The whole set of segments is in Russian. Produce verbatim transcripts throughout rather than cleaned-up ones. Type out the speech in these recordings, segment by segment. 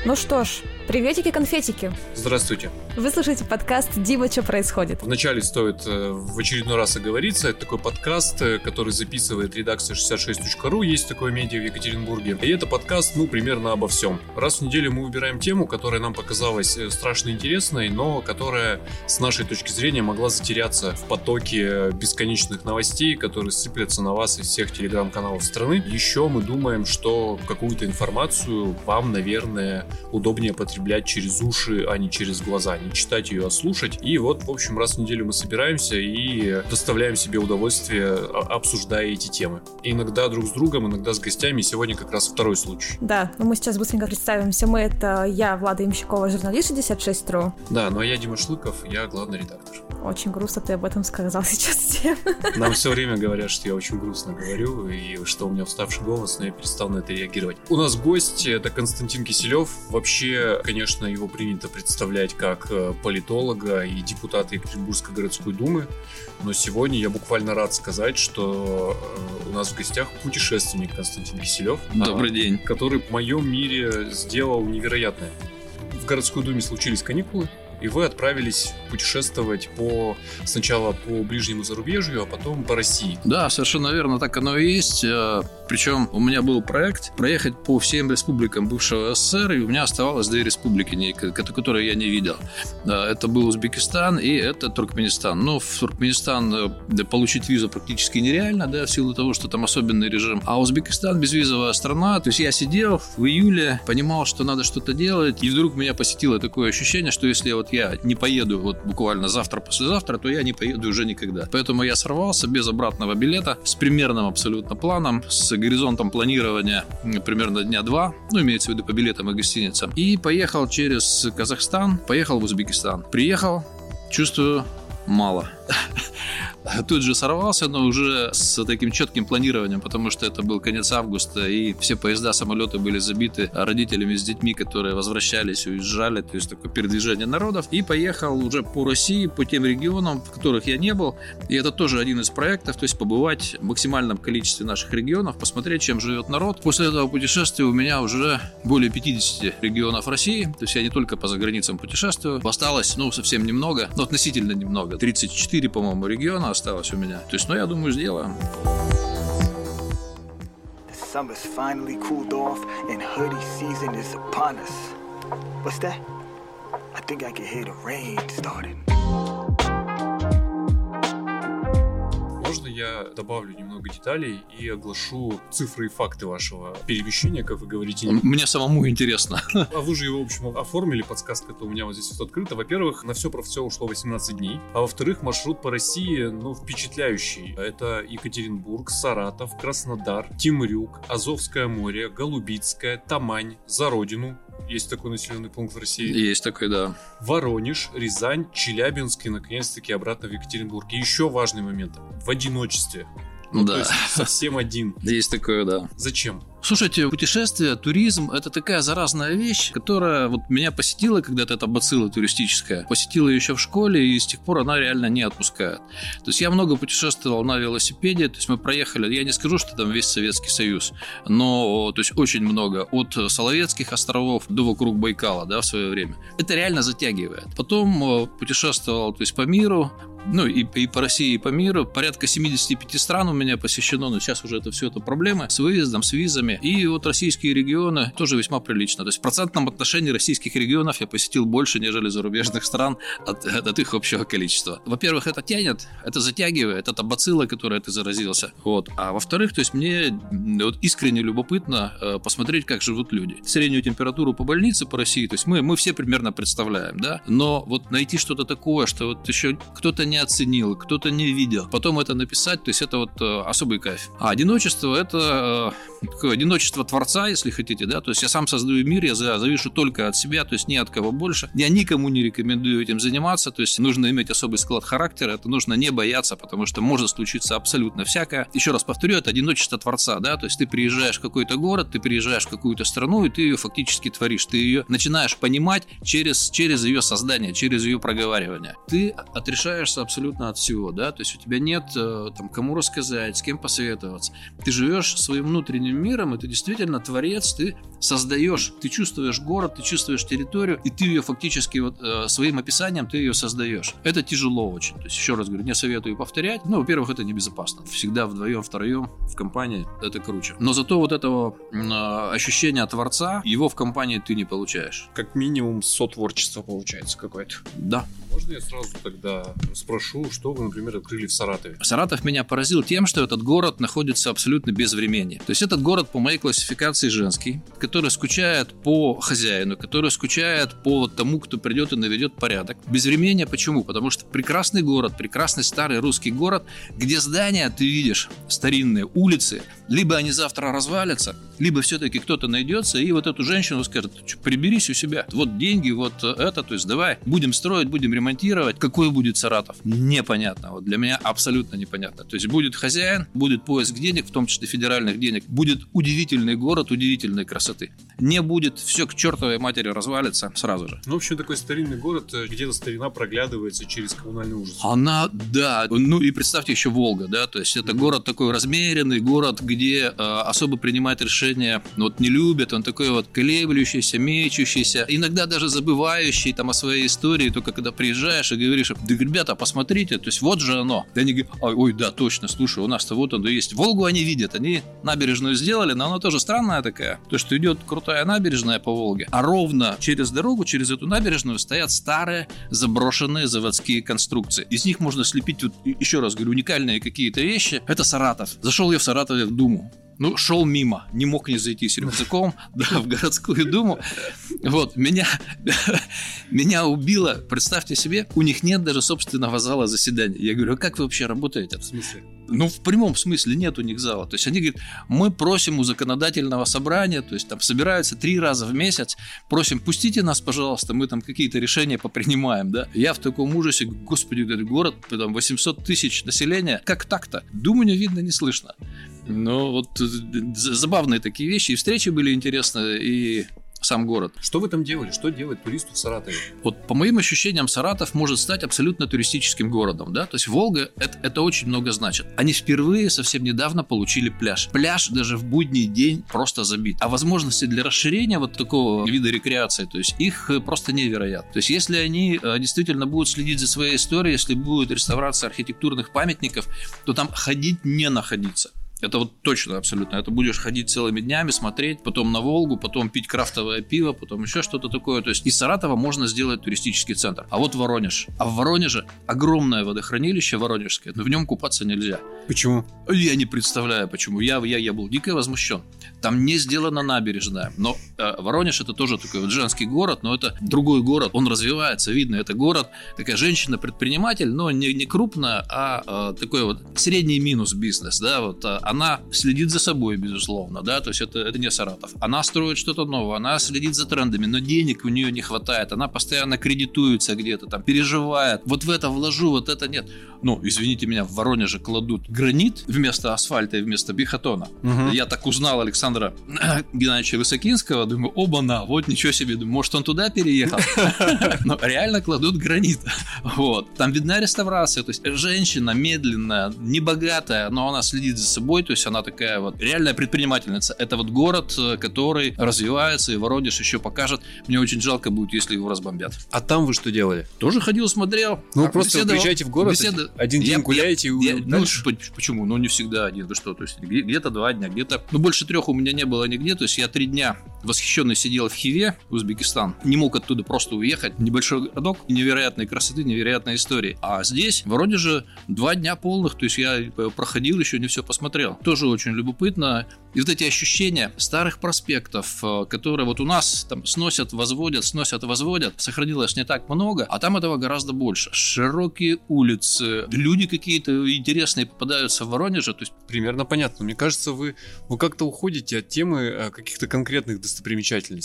Ну что ж, приветики-конфетики. Здравствуйте. Вы слушаете подкаст «Дима, что происходит?». Вначале стоит э, в очередной раз оговориться. Это такой подкаст, э, который записывает редакция шестьдесят шесть точка ру. Есть такое медиа в Екатеринбурге. И это подкаст, ну, примерно обо всем. Раз в неделю мы выбираем тему, которая нам показалась страшно интересной, но которая, с нашей точки зрения, могла затеряться в потоке бесконечных новостей, которые сыплятся на вас из всех телеграм-каналов страны. Еще мы думаем, что какую-то информацию вам, наверное, удобнее потреблять через уши, а не через глаза. Не читать ее, а слушать. И вот, в общем, раз в неделю мы собираемся и доставляем себе удовольствие, обсуждая эти темы. Иногда друг с другом, иногда с гостями. Сегодня как раз второй случай. Да, ну мы сейчас быстренько представимся. Мы — это я, Влада Ямщикова, журналист шестьдесят шесть точка ру. Да, ну а я Дима Шлыков, я главный редактор. Очень грустно ты об этом сказал сейчас всем. Нам все время говорят, что я очень грустно говорю, и что у меня уставший голос, но я перестал на это реагировать. У нас гость, это Константин Киселев. Вообще, конечно, его принято представлять как политолога и депутата Екатеринбургской городской думы, но сегодня я буквально рад сказать, что у нас в гостях путешественник Константин Киселев. Добрый день. Который в моем мире сделал невероятное. В городской думе случились каникулы, и вы отправились путешествовать по сначала по ближнему зарубежью, а потом по России. Да, совершенно верно, так оно и есть. Причем у меня был проект проехать по всем республикам бывшего СССР, и у меня оставалось две республики, которые я не видел. Это был Узбекистан и это Туркменистан. Но в Туркменистан получить визу практически нереально, да, в силу того, что там особенный режим. А Узбекистан — безвизовая страна. То есть я сидел в июле, понимал, что надо что-то делать, и вдруг меня посетило такое ощущение, что если я вот я не поеду вот буквально завтра-послезавтра, то я не поеду уже никогда. Поэтому я сорвался без обратного билета, с примерным абсолютно планом, с горизонтом планирования примерно дня два, ну, имеется в виду по билетам и гостиницам, и поехал через Казахстан, поехал в Узбекистан. Приехал, чувствую, мало. Тут же сорвался, но уже с таким четким планированием, потому что это был конец августа, и все поезда, самолеты были забиты родителями с детьми, которые возвращались, уезжали, то есть такое передвижение народов. И поехал уже по России, по тем регионам, в которых я не был. И это тоже один из проектов, то есть побывать в максимальном количестве наших регионов, посмотреть, чем живет народ. После этого путешествия у меня уже более пятьдесят регионов России, то есть я не только по заграницам путешествую. Осталось, ну, совсем немного, но относительно немного, тридцать четыре, по-моему, региона осталось у меня. То есть, ну, я думаю, сделаем. Summer's finally cooled off and hoodie season is upon us. What's that? I think I can hear the rain starting. Можно я добавлю немного деталей и оглашу цифры и факты вашего перемещения, как вы говорите? Мне самому интересно. А вы же его, в общем, оформили, подсказка-то у меня вот здесь вот открыта. Во-первых, на все про все ушло восемнадцать дней. А во-вторых, маршрут по России, ну, впечатляющий. Это Екатеринбург, Саратов, Краснодар, Темрюк, Азовское море, Голубицкое, Тамань, за родину. Есть такой населенный пункт в России. Есть такой, да. Воронеж, Рязань, Челябинск и, наконец-таки, обратно в Екатеринбург. И еще важный момент. В одиночестве. Ну, да. То есть совсем один. Есть такое, да. Зачем? Слушайте, путешествие, туризм — это такая заразная вещь, которая вот меня посетила когда-то, эта бацилла туристическая, посетила еще в школе, и с тех пор она реально не отпускает. То есть я много путешествовал на велосипеде, то есть мы проехали, я не скажу, что там весь Советский Союз, но то есть очень много, от Соловецких островов до вокруг Байкала, да, в свое время. Это реально затягивает. Потом путешествовал, то есть по миру, ну и, и по России, и по миру. Порядка семьдесят пять стран у меня посещено, но сейчас уже это все это проблемы с выездом, с визами. И вот российские регионы тоже весьма прилично. То есть в процентном отношении российских регионов я посетил больше, нежели зарубежных стран от, от их общего количества. Во-первых, это тянет, это затягивает, это бацилла, которой ты заразился. Вот. А во-вторых, то есть мне вот искренне любопытно э, посмотреть, как живут люди. Среднюю температуру по больнице по России, то есть мы, мы все примерно представляем, да? Но вот найти что-то такое, что вот еще кто-то не оценил, кто-то не видел, потом это написать, то есть это вот э, особый кайф. А одиночество — это э, такое одиночество творца, если хотите, да, то есть я сам создаю мир, я завишу только от себя, то есть ни от кого больше. Я никому не рекомендую этим заниматься, то есть нужно иметь особый склад характера, это нужно не бояться, потому что может случиться абсолютно всякое. Еще раз повторю, это одиночество творца, да, то есть ты приезжаешь в какой-то город, ты приезжаешь в какую-то страну, и ты ее фактически творишь, ты ее начинаешь понимать через, через ее создание, через ее проговаривание. Ты отрешаешься абсолютно от всего, да, то есть у тебя нет там кому рассказать, с кем посоветоваться. Ты живешь своим внутренним внутренним миром, и ты действительно творец, ты создаешь, ты чувствуешь город, ты чувствуешь территорию, и ты ее фактически вот, э, своим описанием ты ее создаешь. Это тяжело очень. То есть, еще раз говорю, не советую повторять. Ну, во-первых, это небезопасно. Всегда вдвоем, втроем в компании это круче. Но зато вот этого э, ощущения творца, его в компании ты не получаешь. Как минимум сотворчество получается какое-то. Да. Можно я сразу тогда спрошу, что вы, например, открыли в Саратове? Саратов меня поразил тем, что этот город находится абсолютно без времени. То есть этот город по моей классификации женский, который скучает по хозяину, который скучает по тому, кто придет и наведет порядок. Безвременье почему? Потому что прекрасный город, прекрасный старый русский город, где здания ты видишь, старинные улицы, либо они завтра развалятся, либо все-таки кто-то найдется и вот эту женщину скажет: приберись у себя, вот деньги, вот это, то есть давай, будем строить, будем ремонтировать. Какой будет Саратов? Непонятно. Вот для меня абсолютно непонятно. То есть будет хозяин, будет поиск денег, в том числе федеральных денег, будет удивительный город, удивительной красоты. Не будет, все к чертовой матери развалится сразу же. Ну, в общем, такой старинный город, где-то старина проглядывается через коммунальный ужас. Она, да, ну и представьте еще Волга, да, то есть это город такой размеренный, город, где э, особо принимает решения, вот не любят, он такой вот колеблющийся, мечущийся, иногда даже забывающий там о своей истории, только когда приезжаешь и говоришь: да, ребята, посмотрите, то есть вот же оно. И они говорят: ой, ой, да, точно, слушай, у нас-то вот оно есть. Волгу они видят, они набережную сделали, но она тоже странная такая, то что идет крутая набережная по Волге, а ровно через дорогу, через эту набережную стоят старые заброшенные заводские конструкции. Из них можно слепить, вот, еще раз говорю, уникальные какие-то вещи. Это Саратов. Зашел я в Саратове в Думу. Ну, шел мимо, не мог не зайти с рюкзаком, да, в городскую думу. Вот, меня, меня убило, представьте себе, у них нет даже собственного зала заседания. Я говорю: а как вы вообще работаете? В смысле? Ну, в прямом смысле нет у них зала. То есть они говорят: мы просим у законодательного собрания, то есть там собираются три раза в месяц, просим: пустите нас, пожалуйста, мы там какие-то решения попринимаем, да. Я в таком ужасе: господи, этот город, там восемьсот тысяч населения, как так-то? Думаю, не видно, не слышно. Ну, вот забавные такие вещи, и встречи были интересные, и сам город. Что вы там делали? Что делать туристу в Саратове? Вот по моим ощущениям, Саратов может стать абсолютно туристическим городом, да, то есть Волга это, это очень много значит. Они впервые совсем недавно получили пляж. Пляж даже в будний день просто забит. А возможности для расширения вот такого вида рекреации, то есть их просто невероятно. То есть если они действительно будут следить за своей историей, если будет реставрация архитектурных памятников, то там ходить не находиться. Это вот точно абсолютно. Это будешь ходить целыми днями, смотреть, потом на Волгу, потом пить крафтовое пиво, потом еще что-то такое. То есть из Саратова можно сделать туристический центр. А вот Воронеж. А в Воронеже огромное водохранилище воронежское, но в нем купаться нельзя. Почему? Я не представляю, почему. Я, я, я был дико возмущен. Там не сделана набережная. Но э, Воронеж это тоже такой вот женский город, но это другой город. Он развивается, видно. Это город, такая женщина-предприниматель, но не, не крупная, а э, такой вот средний минус бизнес, да, вот. Она следит за собой, безусловно, да, то есть это, это не Саратов. Она строит что-то новое, она следит за трендами, но денег у нее не хватает, она постоянно кредитуется где-то там, переживает. Вот в это вложу, вот это нет. Ну, извините меня, в Воронеже кладут гранит вместо асфальта и вместо бихотона. Угу. Я так узнал Александра Геннадьевича Высокинского, думаю: оба-на, вот ничего себе, думаю, может он туда переехал? Но реально кладут гранит. Вот. Там видна реставрация, то есть женщина медленная, небогатая, но она следит за собой, то есть она такая вот реальная предпринимательница. Это вот город, который развивается, и Воронеж еще покажет. Мне очень жалко будет, если его разбомбят. А там вы что делали? Тоже ходил, смотрел. Ну, а, просто беседовал, вы приезжаете в город, беседа... один день я, гуляете я, и я, ну, почему? Ну, не всегда один. Вы что? То есть где-то два дня, где-то... Ну, больше трех у меня не было нигде. То есть я три дня восхищенный сидел в Хиве, Узбекистан. Не мог оттуда просто уехать. Небольшой городок, невероятной красоты, невероятной истории. А здесь, в Воронеже, два дня полных. То есть я проходил, еще не все посмотрел. Тоже очень любопытно. И вот эти ощущения старых проспектов, которые вот у нас там сносят, возводят, сносят, возводят, сохранилось не так много, а там этого гораздо больше. Широкие улицы, люди какие-то интересные попадаются в Воронеже. То есть... Примерно понятно. Мне кажется, вы, вы как-то уходите от темы каких-то конкретных достопримечательностей.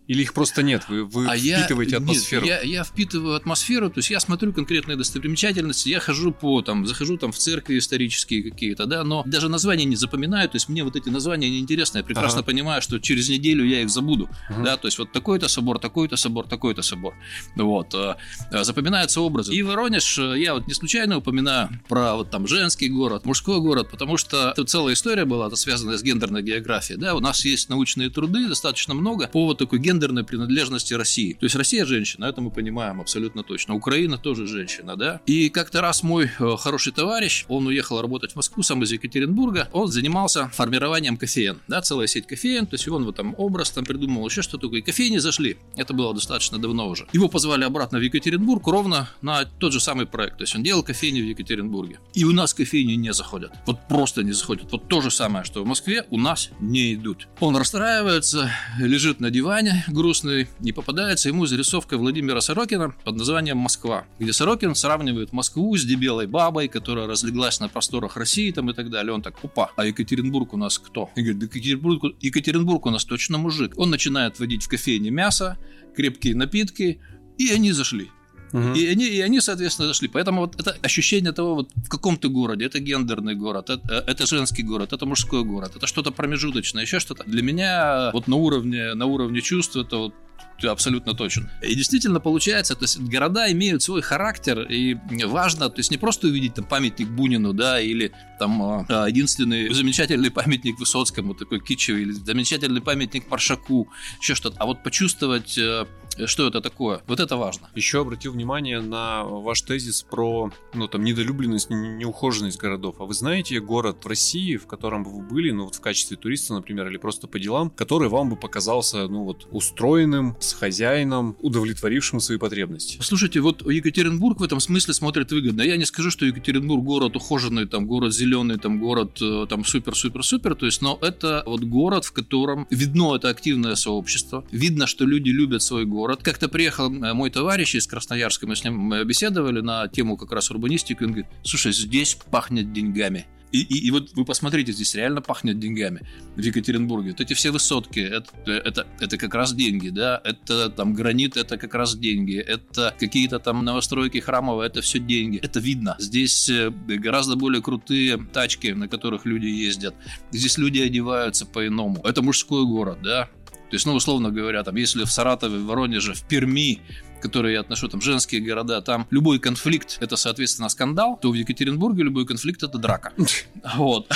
Или их просто нет? Вы, вы а впитываете я, атмосферу? Нет, я, я впитываю атмосферу, то есть я смотрю конкретные достопримечательности, я хожу по, там, захожу там в церкви исторические какие-то, да, но даже названия не запоминаю, то есть мне вот эти названия неинтересны, я прекрасно ага. понимаю, что через неделю я их забуду, ага. да, то есть вот такой-то собор, такой-то собор, такой-то собор, вот, запоминаются образы. И Воронеж, я вот не случайно упоминаю про вот там женский город, мужской город, потому что тут целая история была, это связанная с гендерной географией, да, у нас есть научные труды достаточно много по вот такой гендерной гендерной принадлежности России. То есть Россия женщина, это мы понимаем абсолютно точно. Украина тоже женщина, да. И как-то раз мой э, хороший товарищ, он уехал работать в Москву, сам из Екатеринбурга, он занимался формированием кофеен, да, целая сеть кофеен, то есть он вот там образ там придумал, еще что такое. Кофейни зашли, это было достаточно давно уже. Его позвали обратно в Екатеринбург ровно на тот же самый проект, то есть он делал кофейни в Екатеринбурге. И у нас кофейни не заходят, вот просто не заходят. Вот то же самое, что в Москве, у нас не идут. Он расстраивается, лежит на диване, грустный, не попадается ему зарисовка Владимира Сорокина под названием «Москва», где Сорокин сравнивает Москву с дебелой бабой, которая разлеглась на просторах России там и так далее. Он так, опа, а Екатеринбург у нас кто? И говорит, Екатеринбург, Екатеринбург у нас точно мужик. Он начинает водить в кофейне мясо, крепкие напитки, и они зашли. Uh-huh. И, они, и они, соответственно, зашли. Поэтому вот это ощущение того, вот в каком ты городе, это гендерный город, это, это женский город, это мужской город, это что-то промежуточное, еще что-то. Для меня вот на уровне, на уровне чувств это вот абсолютно точен. И действительно получается, то есть города имеют свой характер, и важно, то есть не просто увидеть там памятник Бунину, да, или там единственный замечательный памятник Высоцкому, такой китчевый, или замечательный памятник Маршаку, еще что-то, а вот почувствовать, что это такое, вот это важно. Еще обратил внимание на ваш тезис про, ну, там, недолюбленность, неухоженность городов. А вы знаете город в России, в котором бы вы были, ну, вот в качестве туриста, например, или просто по делам, который вам бы показался, ну, вот, устроенным, с хозяином, удовлетворившим свои потребности? Слушайте, вот Екатеринбург в этом смысле смотрит выгодно. Я не скажу, что Екатеринбург город ухоженный, там, город зеленый, там, город, там, супер-супер-супер, то есть, но это вот город, в котором видно это активное сообщество, видно, что люди любят свой город. Как-то приехал мой товарищ из Красноярска, мы с ним беседовали на тему как раз урбанистики, он говорит, слушай, здесь пахнет деньгами. И, и, и вот вы посмотрите, здесь реально пахнет деньгами в Екатеринбурге. Вот эти все высотки, это, это, это как раз деньги, да, это там гранит, это как раз деньги, это какие-то там новостройки храмовые, это все деньги. Это видно. Здесь гораздо более крутые тачки, на которых люди ездят. Здесь люди одеваются по-иному. Это мужской город, да. То есть, ну, условно говоря, там, если в Саратове, в Воронеже, в Перми, которые я отношу, там, женские города, там любой конфликт – это, соответственно, скандал, то в Екатеринбурге любой конфликт – это драка. Вот.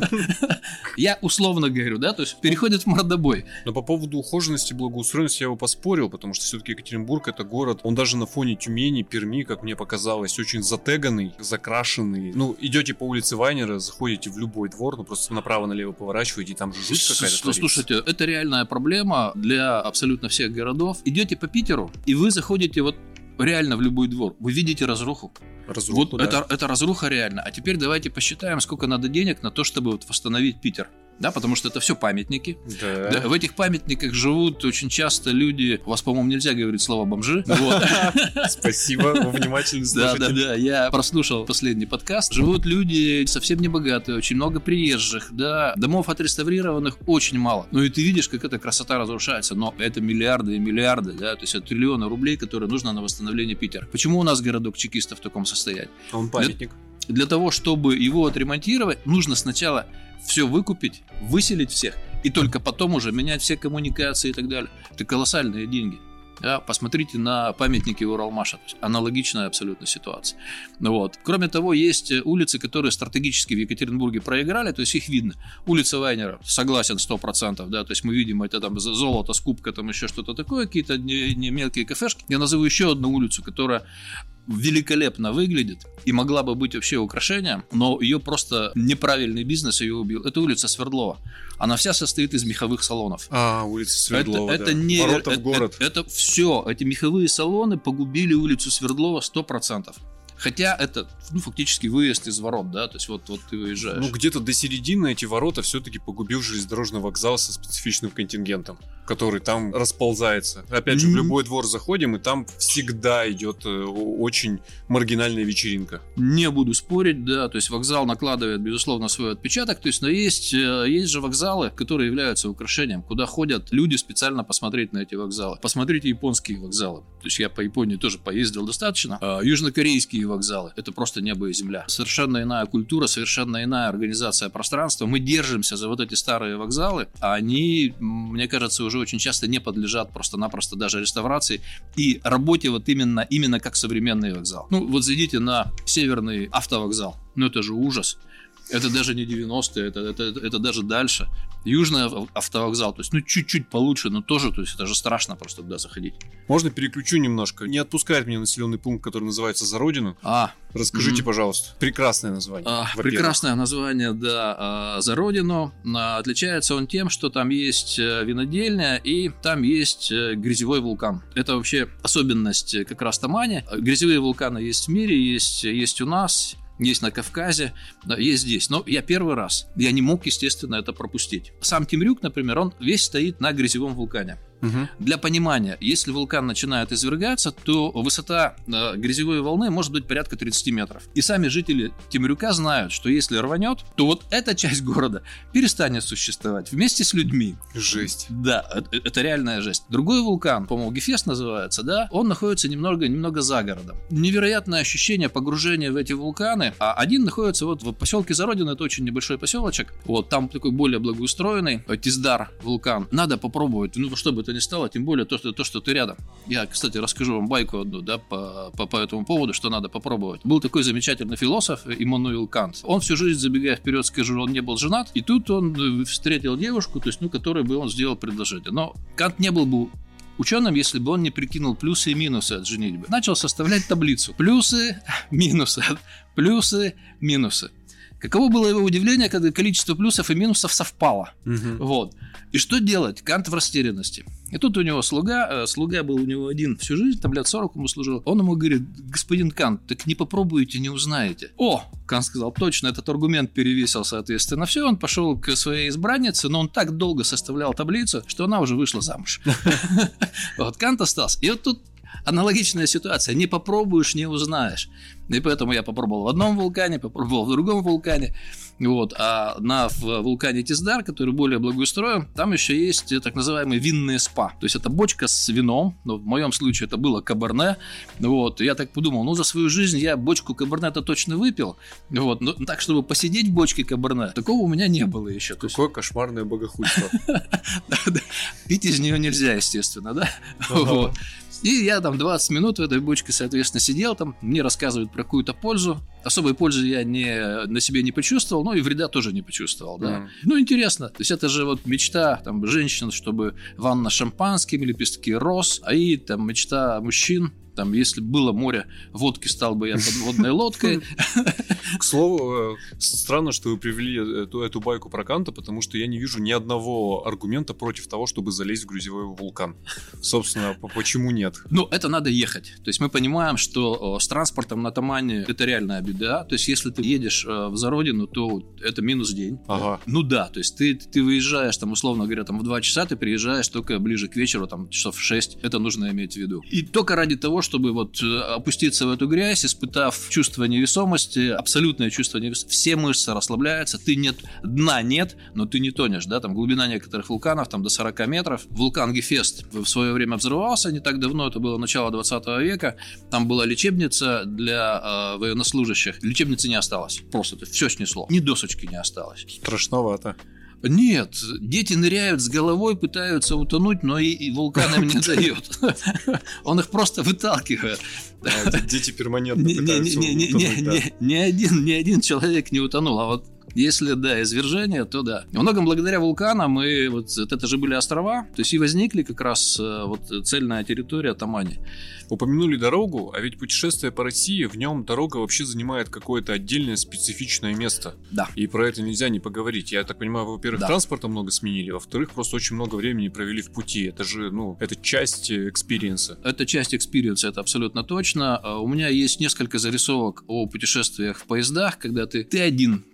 Я условно говорю, да, то есть переходит в мордобой. Но по поводу ухоженности, благоустроенности я его поспорил, потому что все-таки Екатеринбург – это город, он даже на фоне Тюмени, Перми, как мне показалось, очень затеганный, закрашенный. Ну, идете по улице Вайнера, заходите в любой двор, ну, просто направо-налево поворачиваете, и там же жуть какая-то творится. Слушайте, это реальная проблема для абсолютно всех городов. Идете по Питеру, и вы заходите Ходите вот реально в любой двор, вы видите разруху. Разруху, вот да. это, это разруха реально. А теперь давайте посчитаем, сколько надо денег на то, чтобы вот восстановить Питер. Да, потому что это все памятники. Да. Да, в этих памятниках живут очень часто люди. У вас, по-моему, нельзя говорить слово бомжи. Спасибо, вы внимательный слушатель. Да, да, да. Я прослушал последний подкаст. Живут люди совсем не богатые, очень много приезжих, да. Домов отреставрированных очень мало. Ну и ты видишь, как эта красота разрушается. Но это миллиарды и миллиарды, да, то есть это триллионы рублей, которые нужно на восстановление Питера. Почему у нас городок чекистов в таком состоянии? Он памятник. Для, для того, чтобы его отремонтировать, нужно сначала все выкупить, выселить всех, и только потом уже менять все коммуникации и так далее. Это колоссальные деньги. Да, посмотрите на памятники Уралмаша. То есть аналогичная абсолютно ситуация. Вот. Кроме того, есть улицы, которые стратегически в Екатеринбурге проиграли, то есть их видно. Улица Вайнера, согласен, сто процентов, да, то есть мы видим это там золото, скупка, там еще что-то такое, какие-то не, не мелкие кафешки. Я назову еще одну улицу, которая великолепно выглядит и могла бы быть вообще украшением, но ее просто неправильный бизнес ее убил. Это улица Свердлова. Она вся состоит из меховых салонов. А, улица Свердлова, это, да. это не, Ворота это, в город. Это, это все. Эти меховые салоны погубили улицу Свердлова сто процентов. Хотя это, ну, фактически выезд из ворот, да, то есть вот, вот ты выезжаешь. Ну, где-то до середины эти ворота все-таки погубил железнодорожный вокзал со специфичным контингентом. который там расползается. Опять же, в любой двор заходим, и там всегда идет очень маргинальная вечеринка. Не буду спорить, да, то есть вокзал накладывает, безусловно, свой отпечаток, то есть, но есть, есть же вокзалы, которые являются украшением, куда ходят люди специально посмотреть на эти вокзалы. Посмотрите японские вокзалы. То есть я по Японии тоже поездил достаточно. А южнокорейские вокзалы — это просто небо и земля. Совершенно иная культура, совершенно иная организация пространства. Мы держимся за вот эти старые вокзалы, а они, мне кажется, уже очень часто не подлежат просто-напросто даже реставрации и работе вот именно, именно как современный вокзал. Ну, вот зайдите на северный автовокзал. Ну, это же ужас. Это даже не девяностые, это, это, это даже дальше. Южный автовокзал, то есть, ну, чуть-чуть получше, но тоже, то есть, это же страшно просто туда заходить. Можно переключу немножко? Не отпускает меня населенный пункт, который называется «За Родину». А, Расскажите, mm-hmm. пожалуйста. Прекрасное название. А, прекрасное название, да, «За Родину». Отличается он тем, что там есть винодельня и там есть грязевой вулкан. Это вообще особенность как раз Тамани. Грязевые вулканы есть в мире, есть, есть у нас, есть на Кавказе, есть здесь. Но я первый раз, я не мог, естественно, это пропустить. Сам Темрюк, например, он весь стоит на грязевом вулкане. Угу. Для понимания, если вулкан начинает извергаться, то высота э, грязевой волны может быть порядка тридцать метров. И сами жители Темрюка знают, что если рванет, то вот эта часть города перестанет существовать вместе с людьми. Жесть. Да, это, это реальная жесть. Другой вулкан, по-моему, Гефест называется, да, он находится немного, немного за городом. Невероятное ощущение погружения в эти вулканы. А один находится вот в поселке За Родину, это очень небольшой поселочек. Вот, там такой более благоустроенный Тиздар вулкан. Надо попробовать, ну, чтобы это не стало, тем более то, что, то, что ты рядом. Я, кстати, расскажу вам байку одну, да, по, по, по этому поводу, что надо попробовать. Был такой замечательный философ Иммануил Кант. Он всю жизнь, забегая вперед, скажу, он не был женат, и тут он встретил девушку, то есть, ну, которой бы он сделал предложение. Но Кант не был бы ученым, если бы он не прикинул плюсы и минусы от женитьбы. Начал составлять таблицу. Плюсы, минусы, плюсы, минусы. Каково было его удивление, когда количество плюсов и минусов совпало. Угу. Вот. И что делать? Кант в растерянности. И тут у него слуга, слуга был у него один всю жизнь, там лет сорок ему служил. Он ему говорит: господин Кант, так не попробуете, не узнаете. О, Кант сказал, точно, этот аргумент перевесил, соответственно, все. Он пошел к своей избраннице, но он так долго составлял таблицу, что она уже вышла замуж. Вот Кант остался. И вот тут аналогичная ситуация. Не попробуешь, не узнаешь. И поэтому я попробовал в одном вулкане, попробовал в другом вулкане. Вот. А на вулкане Тиздар, который более благоустроен, там еще есть так называемые винные спа. То есть это бочка с вином. Ну, в моем случае это было каберне. Вот. И я так подумал, ну за свою жизнь я бочку каберне-то точно выпил. Вот. Но так, чтобы посидеть в бочке каберне, такого у меня не было еще. Какое кошмарное богохульство. Пить из нее нельзя, естественно, да? И я там двадцать минут в этой бочке, соответственно, сидел там, мне рассказывают про какую-то пользу. Особой пользы я не, на себе не почувствовал, но и вреда тоже не почувствовал, да. Mm. Ну, интересно, то есть это же вот мечта там женщин, чтобы ванна шампанским, лепестки роз, а и там мечта мужчин. Там, если было море водки, стал бы я подводной лодкой. К слову, странно, что вы привели эту, эту байку про Канта, потому что я не вижу ни одного аргумента против того, чтобы залезть в грязевой вулкан. Собственно, почему нет? Ну, это надо ехать. То есть мы понимаем, что с транспортом на Тамани это реальная беда. То есть если ты едешь в За Родину, то это минус день. Ага. Ну да, то есть ты, ты выезжаешь, там, условно говоря, там, в два часа, ты приезжаешь только ближе к вечеру, там, часов в шесть. Это нужно иметь в виду. И только ради того, чтобы вот опуститься в эту грязь, испытав чувство невесомости, абсолютное чувство невесомости, все мышцы расслабляются, ты нет, дна нет, но ты не тонешь, да, там глубина некоторых вулканов там до сорок метров. Вулкан Гефест в свое время взрывался не так давно, это было начало двадцатого века, там была лечебница для э, военнослужащих, лечебницы не осталось, просто это все снесло, ни досочки не осталось. Страшновато. Нет, дети ныряют с головой, пытаются утонуть, но и, и вулкан им не дает. Он их просто выталкивает. Дети перманентно пытаются утонуть. Ни один человек не утонул, а вот если, да, извержение, то да. Во многом благодаря вулканам, и вот это же были острова, то есть и возникли как раз вот цельная территория Тамани. Упомянули дорогу, а ведь путешествие по России, в нем дорога вообще занимает какое-то отдельное специфичное место. Да. И про это нельзя не поговорить. Я так понимаю, вы, во-первых, да. транспорта много сменили, во-вторых, просто очень много времени провели в пути. Это же, ну, это часть экспириенса. Это часть экспириенса, это абсолютно точно. У меня есть несколько зарисовок о путешествиях в поездах, когда ты, ты один, ты творец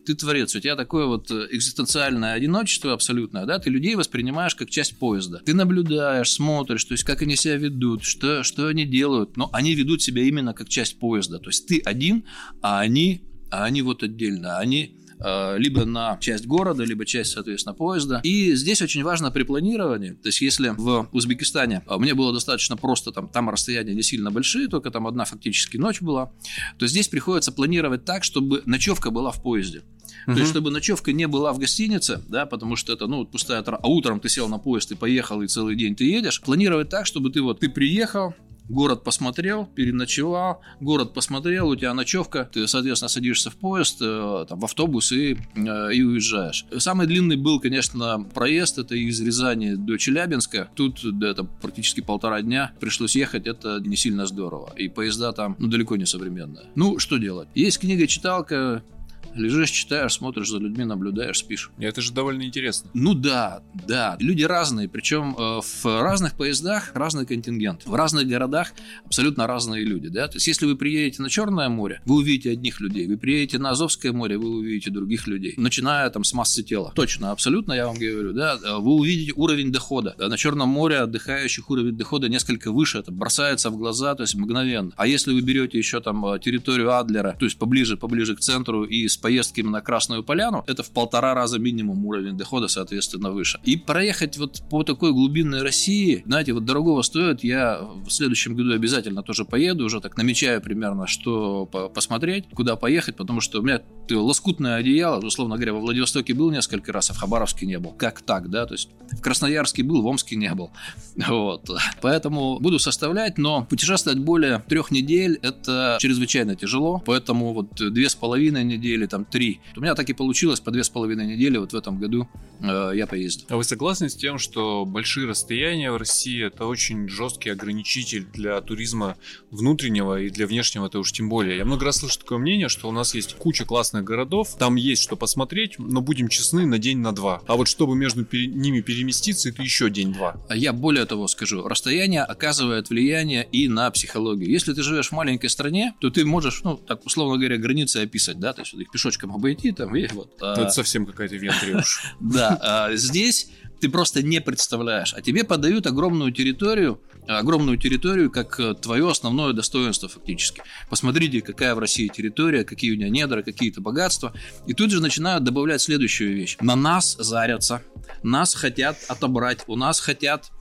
складывается у тебя такое вот экзистенциальное одиночество абсолютное, да, ты людей воспринимаешь как часть поезда. Ты наблюдаешь, смотришь, то есть как они себя ведут, что, что они делают, но они ведут себя именно как часть поезда. То есть ты один, а они, а они вот отдельно, они либо на часть города, либо часть, соответственно, поезда. И здесь очень важно при планировании. То есть, если в Узбекистане мне было достаточно просто, там, там расстояния не сильно большие, только там одна фактически ночь была, то здесь приходится планировать так, чтобы ночевка была в поезде. То uh-huh. есть, чтобы ночевка не была в гостинице, да, потому что это, ну, пустая трата. А утром ты сел на поезд и поехал, и целый день ты едешь. Планировать так, чтобы ты вот, ты приехал, город посмотрел, переночевал, город посмотрел, у тебя ночевка, ты, соответственно, садишься в поезд, там, в автобус и, и уезжаешь. Самый длинный был, конечно, проезд, это из Рязани до Челябинска. Тут да, это практически полтора дня пришлось ехать, это не сильно здорово. И поезда там, ну, далеко не современные. Ну, что делать? Есть книга-читалка, лежишь, читаешь, смотришь за людьми, наблюдаешь, спишь. Это же довольно интересно. Ну да, да. Люди разные, причем э, в разных поездах разный контингент. В разных городах абсолютно разные люди, да. То есть, если вы приедете на Черное море, вы увидите одних людей. Вы приедете на Азовское море, вы увидите других людей. Начиная там с массы тела. Точно, абсолютно, я вам говорю, да. Вы увидите уровень дохода. На Черном море отдыхающих уровень дохода несколько выше. Это бросается в глаза, то есть мгновенно. А если вы берете еще там территорию Адлера, то есть поближе, поближе к центру и с поездками на Красную Поляну, это в полтора раза минимум уровень дохода, соответственно, выше. И проехать вот по такой глубинной России, знаете, вот дорогого стоит. Я в следующем году обязательно тоже поеду, уже так намечаю примерно, что посмотреть, куда поехать, потому что у меня лоскутное одеяло, условно говоря, во Владивостоке был несколько раз, а в Хабаровске не был. Как так, да? То есть в Красноярске был, в Омске не был. Вот. Поэтому буду составлять, но путешествовать более трех недель это чрезвычайно тяжело, поэтому вот две с половиной недели, там три. У меня так и получилось, по две с половиной недели вот в этом году э, я поездил. А вы согласны с тем, что большие расстояния в России это очень жесткий ограничитель для туризма внутреннего и для внешнего, это уж тем более? Я много раз слышу такое мнение, что у нас есть куча классных городов, там есть что посмотреть, но будем честны, на день, на два. А вот чтобы между пере... ними переместиться, это еще день-два. А я более того скажу, расстояние оказывает влияние и на психологию. Если ты живешь в маленькой стране, то ты можешь, ну, так условно говоря, границы описать, да, то есть их пешочком обойти, там, и вот. Это а... совсем какая-то вентрия уж. Да, здесь ты просто не представляешь, а тебе подают огромную территорию, огромную территорию как твое основное достоинство фактически. Посмотрите, какая в России территория, какие у нее недра, какие-то богатства. И тут же начинают добавлять следующую вещь. На нас зарятся, нас хотят отобрать, у нас хотят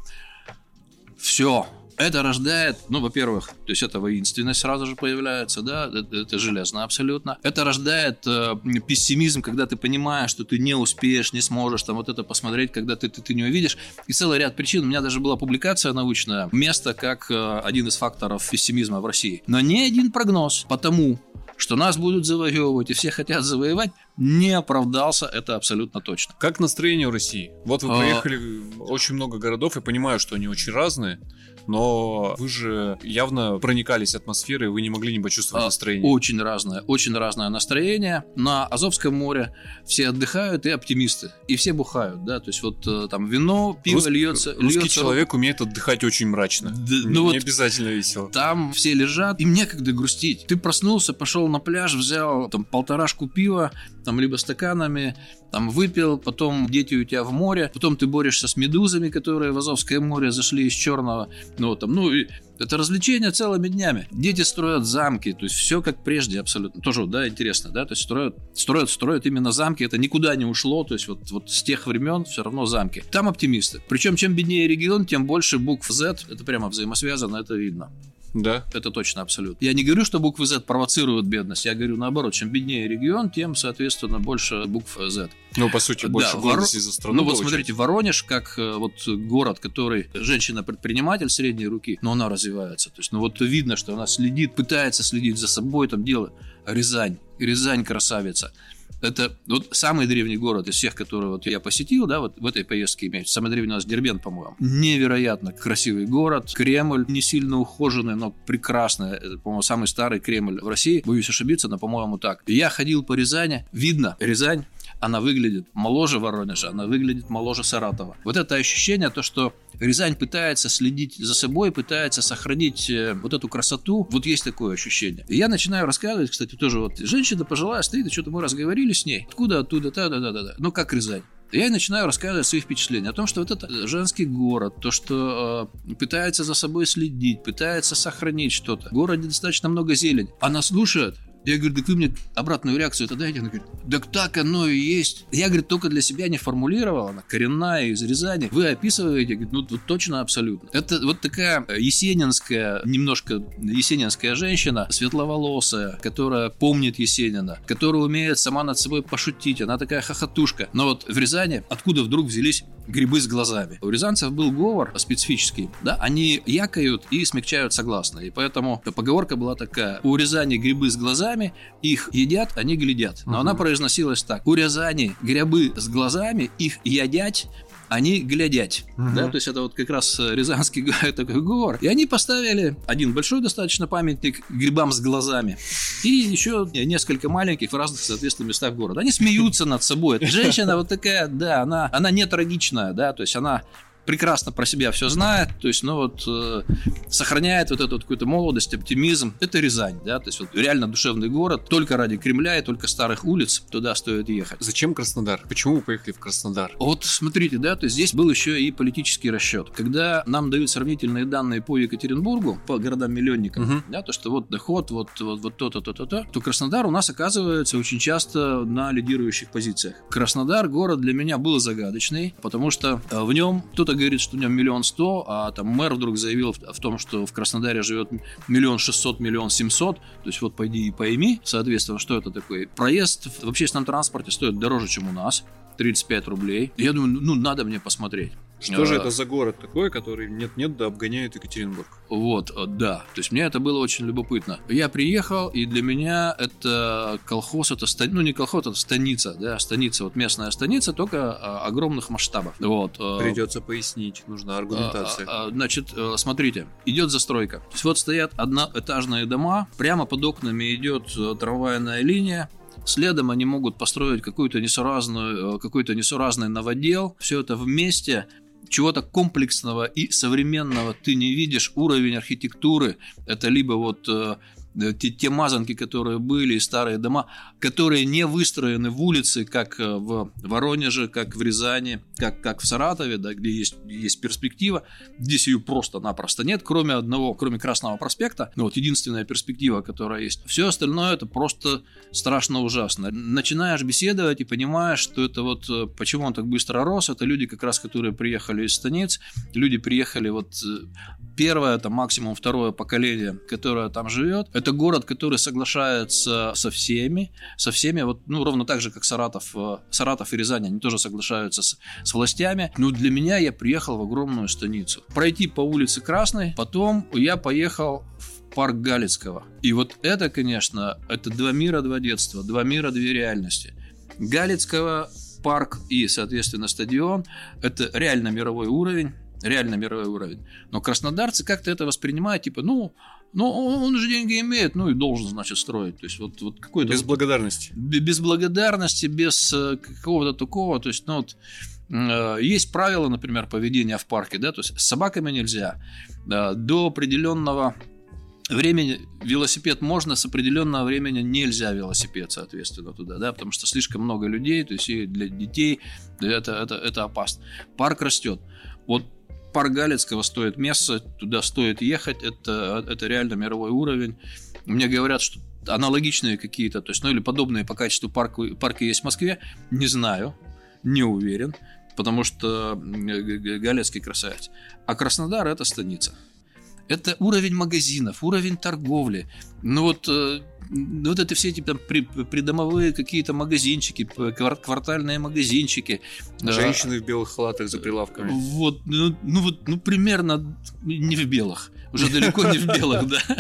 все. Это рождает, ну, во-первых, то есть это воинственность сразу же появляется, да, это, это железно абсолютно. Это рождает э, пессимизм, когда ты понимаешь, что ты не успеешь, не сможешь там вот это посмотреть, когда ты, ты, ты не увидишь. И целый ряд причин. У меня даже была публикация научная, место как э, один из факторов пессимизма в России. Но ни один прогноз по тому, что нас будут завоевывать и все хотят завоевать, не оправдался, это абсолютно точно. Как настроение в России? Вот вы проехали а... очень много городов, я понимаю, что они очень разные, но вы же явно проникались атмосферой, вы не могли не почувствовать настроение. Очень разное, очень разное настроение. На Азовском море все отдыхают и оптимисты, и все бухают, да, то есть вот там вино, пиво Рус... льется. Русский льется... человек умеет отдыхать очень мрачно, да, не, ну вот не обязательно весело. Там все лежат, им некогда грустить. Ты проснулся, пошел на пляж, взял там полторашку пива, там либо стаканами, там выпил, потом дети у тебя в море, потом ты борешься с медузами, которые в Азовское море зашли из Черного. Ну, там, ну, и это развлечение целыми днями. Дети строят замки, то есть все как прежде абсолютно. Тоже, да, интересно, да, то есть строят, строят, строят именно замки, это никуда не ушло, то есть вот, вот с тех времен все равно замки. Там оптимисты. Причем чем беднее регион, тем больше букв Z, это прямо взаимосвязано, это видно. Да. Это точно, абсолютно. Я не говорю, что буквы Z провоцируют бедность, я говорю наоборот, чем беднее регион, тем, соответственно, больше букв Z. Ну, по сути, больше да, гордости Вор... за страну. Ну, вот получается. Смотрите, Воронеж, как вот город, который женщина-предприниматель средней руки, но она развивается. То есть, ну, вот видно, что она следит, пытается следить за собой, там дело. Рязань. Рязань красавица. Это вот самый древний город из всех, которые вот я посетил, да, вот в этой поездке имеется. Самый древний у нас Дербент, по-моему. Невероятно красивый город. Кремль не сильно ухоженный, но прекрасный. Это, по-моему, самый старый Кремль в России. Боюсь ошибиться, но, по-моему, так. Я ходил по Рязани. Видно, Рязань она выглядит моложе Воронежа, она выглядит моложе Саратова. Вот это ощущение, то, что Рязань пытается следить за собой, пытается сохранить вот эту красоту, вот есть такое ощущение. И я начинаю рассказывать, кстати, тоже вот женщина пожилая стоит, и что-то мы разговорили с ней. Откуда, оттуда, да-да-да-да. Ну, как Рязань. Я и начинаю рассказывать свои впечатления о том, что вот это женский город, то, что э, пытается за собой следить, пытается сохранить что-то. В городе достаточно много зелени. Она слушает. Я говорю, так вы мне обратную реакцию это дайте. Она говорит, так так оно и есть. Я, говорит, только для себя не формулировал. Она коренная из Рязани. Вы описываете, говорит, ну вот точно абсолютно. Это вот такая есенинская, немножко есенинская женщина, светловолосая, которая помнит Есенина, которая умеет сама над собой пошутить. Она такая хохотушка. Но вот в Рязани откуда вдруг взялись грибы с глазами? У рязанцев был говор специфический, да, они якают и смягчают согласные. И поэтому поговорка была такая: у Рязани грибы с глазами, их едят, они глядят. Но угу. она произносилась так: у Рязани грибы с глазами, их едят, они глядят. Угу. Да, то есть это вот как раз рязанский такой говор. И они поставили один большой достаточно памятник грибам с глазами и еще несколько маленьких в разных, соответственно, местах города. Они смеются над собой. Женщина вот такая, да, она, она не трагичная, да, то есть она прекрасно про себя все знает, то есть, ну вот, э, сохраняет вот эту вот какую-то молодость, оптимизм. Это Рязань, да, то есть вот реально душевный город, только ради Кремля и только старых улиц туда стоит ехать. Зачем Краснодар? Почему вы поехали в Краснодар? Вот смотрите, да, то есть здесь был еще и политический расчет. Когда нам дают сравнительные данные по Екатеринбургу, по городам-миллионникам, угу. да, то что вот доход, вот, вот, вот то-то, то-то, то, то Краснодар у нас оказывается очень часто на лидирующих позициях. Краснодар город для меня был загадочный, потому что в нем кто-то говорит, что в нем миллион сто, а там мэр вдруг заявил в, в том, что в Краснодаре живет миллион шестьсот, миллион семьсот. То есть вот пойди и пойми, соответственно, что это такое. Проезд в общественном транспорте стоит дороже, чем у нас, тридцать пять рублей. Я думаю, ну надо мне посмотреть. Что а, же это за город такой, который нет-нет, да обгоняет Екатеринбург? Вот, да. То есть мне это было очень любопытно. Я приехал, и для меня это колхоз, это ста... ну не колхоз, это станица, да, станица, вот местная станица, только а, огромных масштабов. Вот. Придется пояснить, нужна аргументация. А, а, значит, смотрите, идет застройка. То есть вот стоят одноэтажные дома, прямо под окнами идет трамвайная линия. Следом они могут построить какую-то несуразную, какой-то несуразный новодел. Все это вместе. Чего-то комплексного и современного ты не видишь. Уровень архитектуры – это либо вот э, те, те мазанки, которые были, и старые дома, которые не выстроены в улице, как в Воронеже, как в Рязани, как, как в Саратове, да, где есть, есть перспектива. Здесь ее просто-напросто нет, кроме одного, кроме Красного проспекта. Ну, вот единственная перспектива, которая есть. Все остальное – это просто страшно ужасно. Начинаешь беседовать и понимаешь, что это вот почему он так быстро рос. Это люди, как раз, которые приехали из станиц. Люди приехали вот первое, там, максимум второе поколение, которое там живет. Это город, который соглашается со всеми, со всеми, вот, ну, ровно так же, как Саратов, Саратов и Рязань, они тоже соглашаются с, с властями. Но для меня я приехал в огромную станицу. Пройти по улице Красной, потом я поехал в парк Галицкого. И вот это, конечно, это два мира, два детства, два мира, две реальности. Галицкого парк и, соответственно, стадион – это реально мировой уровень, реально мировой уровень. Но краснодарцы как-то это воспринимают, типа, ну, ну, он же деньги имеет, ну и должен, значит, строить. То есть вот, вот какой-то... Без благодарности. Без благодарности, без какого-то такого, то есть, ну вот... Есть правила, например, поведения в парке, да, то есть с собаками нельзя, до определенного времени велосипед можно, с определенного времени нельзя велосипед, соответственно, туда, да, потому что слишком много людей, то есть и для детей это, это, это опасно. Парк растет. Вот парк Галицкого стоит место, туда стоит ехать, это, это реально мировой уровень. Мне говорят, что аналогичные какие-то, то есть, ну или подобные по качеству парки, парки есть в Москве, не знаю, не уверен, потому что Галицкий красавец. А Краснодар – это станица. Это уровень магазинов, уровень торговли. Ну вот, ну вот это все эти там придомовые какие-то магазинчики, квартальные магазинчики. Женщины в белых халатах за прилавками. Вот, ну, ну вот, ну примерно не в белых. Уже далеко не в белых, да.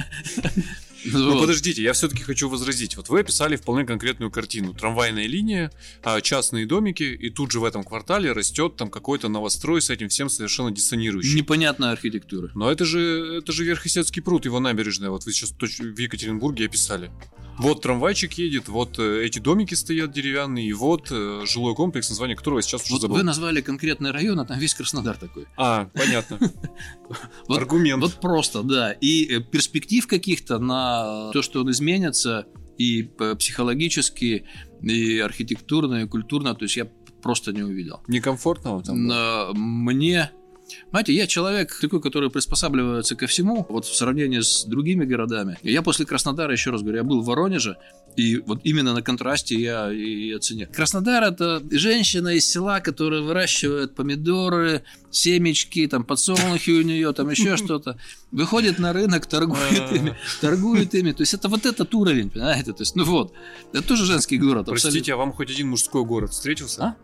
Ну, вот. Подождите, я все-таки хочу возразить. Вот вы описали вполне конкретную картину. Трамвайная линия, частные домики, и тут же в этом квартале растет там какой-то новострой с этим всем совершенно диссонирующий. Непонятная архитектура. Но это же, это же Верхесецкий пруд, его набережная. Вот вы сейчас в Екатеринбурге описали. Вот трамвайчик едет, вот эти домики стоят деревянные, и вот жилой комплекс, название которого я сейчас уже вот забыл. Вы назвали конкретный район, а там весь Краснодар такой. А, понятно. Вот, аргумент. Вот просто, да. И перспектив каких-то на то, что он изменится, и психологически, и архитектурно, и культурно, то есть я просто не увидел. Некомфортного там? Да? Мне... Знаете, я человек такой, который приспосабливается ко всему, вот в сравнении с другими городами. Я после Краснодара, еще раз говорю, я был в Воронеже, и вот именно на контрасте я и оценил. Краснодар – это женщина из села, которая выращивает помидоры, семечки, там подсолнухи у нее, там еще что-то. Выходит на рынок, торгует ими, торгует ими. То есть это вот этот уровень, понимаете? То есть, ну вот, это тоже женский город. Простите, а вам хоть один мужской город встретился? А?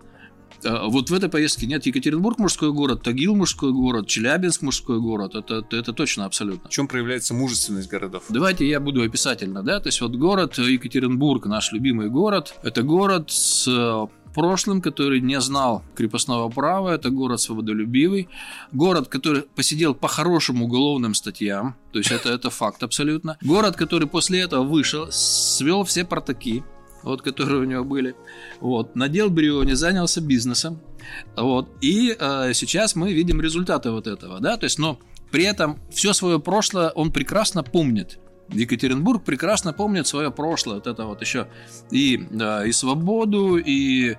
Вот в этой поездке нет. Екатеринбург мужской город, Тагил мужской город, Челябинск мужской город. Это, это точно абсолютно. В чем проявляется мужественность городов? Давайте я буду описательно, да. То есть вот город Екатеринбург, наш любимый город, это город с прошлым, который не знал крепостного права, это город свободолюбивый, город, который посидел по хорошим уголовным статьям, то есть это, это факт абсолютно. Город, который после этого вышел, свел все протоки, вот, которые у него были, вот, надел бриони, занялся бизнесом, вот, и э, сейчас мы видим результаты вот этого, да, то есть, но при этом все свое прошлое он прекрасно помнит. Екатеринбург прекрасно помнит свое прошлое, вот это вот еще и, да, и свободу, и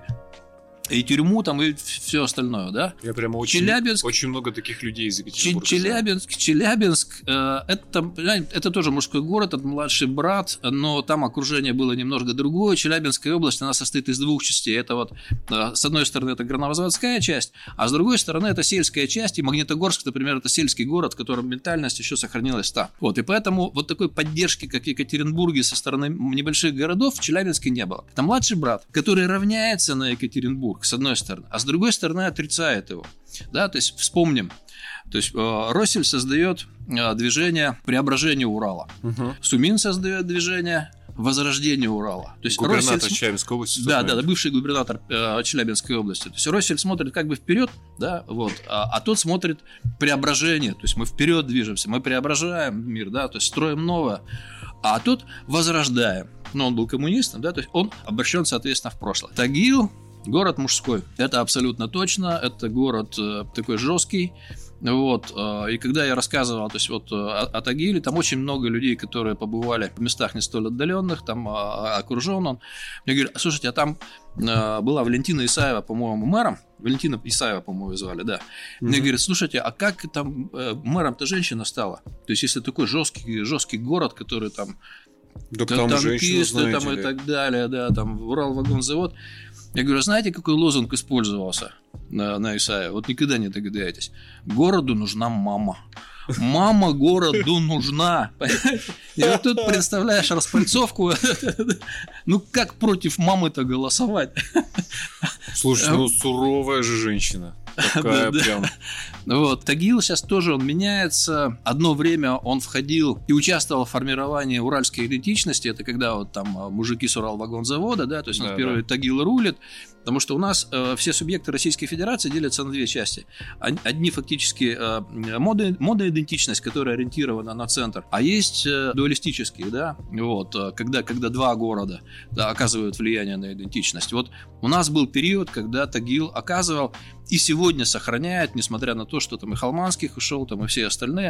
и тюрьму там, и все остальное, да? Я прямо очень, Челябинск, очень много таких людей из Екатеринбурга. Челябинск, Челябинск э, это, это тоже мужской город, это младший брат, но там окружение было немножко другое. Челябинская область, она состоит из двух частей. Это вот, э, с одной стороны, это горнозаводская часть, а с другой стороны, это сельская часть. И Магнитогорск, например, это сельский город, в котором ментальность еще сохранилась там. Вот, и поэтому вот такой поддержки, как в Екатеринбурге, со стороны небольших городов в Челябинске не было. Это младший брат, который равняется на Екатеринбург, с одной стороны, а с другой стороны отрицает его. Да, то есть вспомним, то есть э, Россель создает э, движение преображения Урала, угу. Сумин создает движение возрождения Урала. То есть губернатор Россель... Челябинской области. Да, да, да, бывший губернатор э, Челябинской области. То есть Россель смотрит как бы вперед, да, вот, а, а тот смотрит преображение. То есть мы вперед движемся, мы преображаем мир, да, то есть строим новое, а тот возрождаем. Но он был коммунистом, да, то есть он обращен, соответственно, в прошлое. Тагил — город мужской. Это абсолютно точно. Это город э, такой жесткий. Вот. Э, и когда я рассказывал, то есть вот о, о Тагиле, там очень много людей, которые побывали в местах не столь отдаленных, там э, окружен он. Мне говорят: слушайте, а там э, была Валентина Исаева, по-моему, мэром. Валентина Исаева, по-моему, звали, да. Mm-hmm. Мне говорят: слушайте, а как там э, мэром-то женщина стала? То есть если такой жесткий, жесткий город, который там, да, там танкисты там, и так далее, да, там Уралвагонзавод. Я говорю: знаете, какой лозунг использовался на, на Исаеве? Вот никогда не догадаетесь. Городу нужна мама. Мама городу нужна. И вот тут представляешь распальцовку. Ну как против мамы-то голосовать? Слушай, ну суровая же женщина. Такая да, прям. Да. Вот. Тагил сейчас тоже он меняется. Одно время он входил и участвовал в формировании уральской идентичности. Это когда вот там мужики с Уралвагонзавода, да, то есть он да, первый да. Тагил рулит. Потому что у нас э, все субъекты Российской Федерации делятся на две части. Одни фактически э, мода, мода идентичность, которая ориентирована на центр, а есть э, дуалистические, да, вот, когда, когда два города да, оказывают влияние на идентичность. Вот у нас был период, когда Тагил оказывал и сегодня сохраняет, несмотря на то, что там и Холманских ушел, там и все остальные,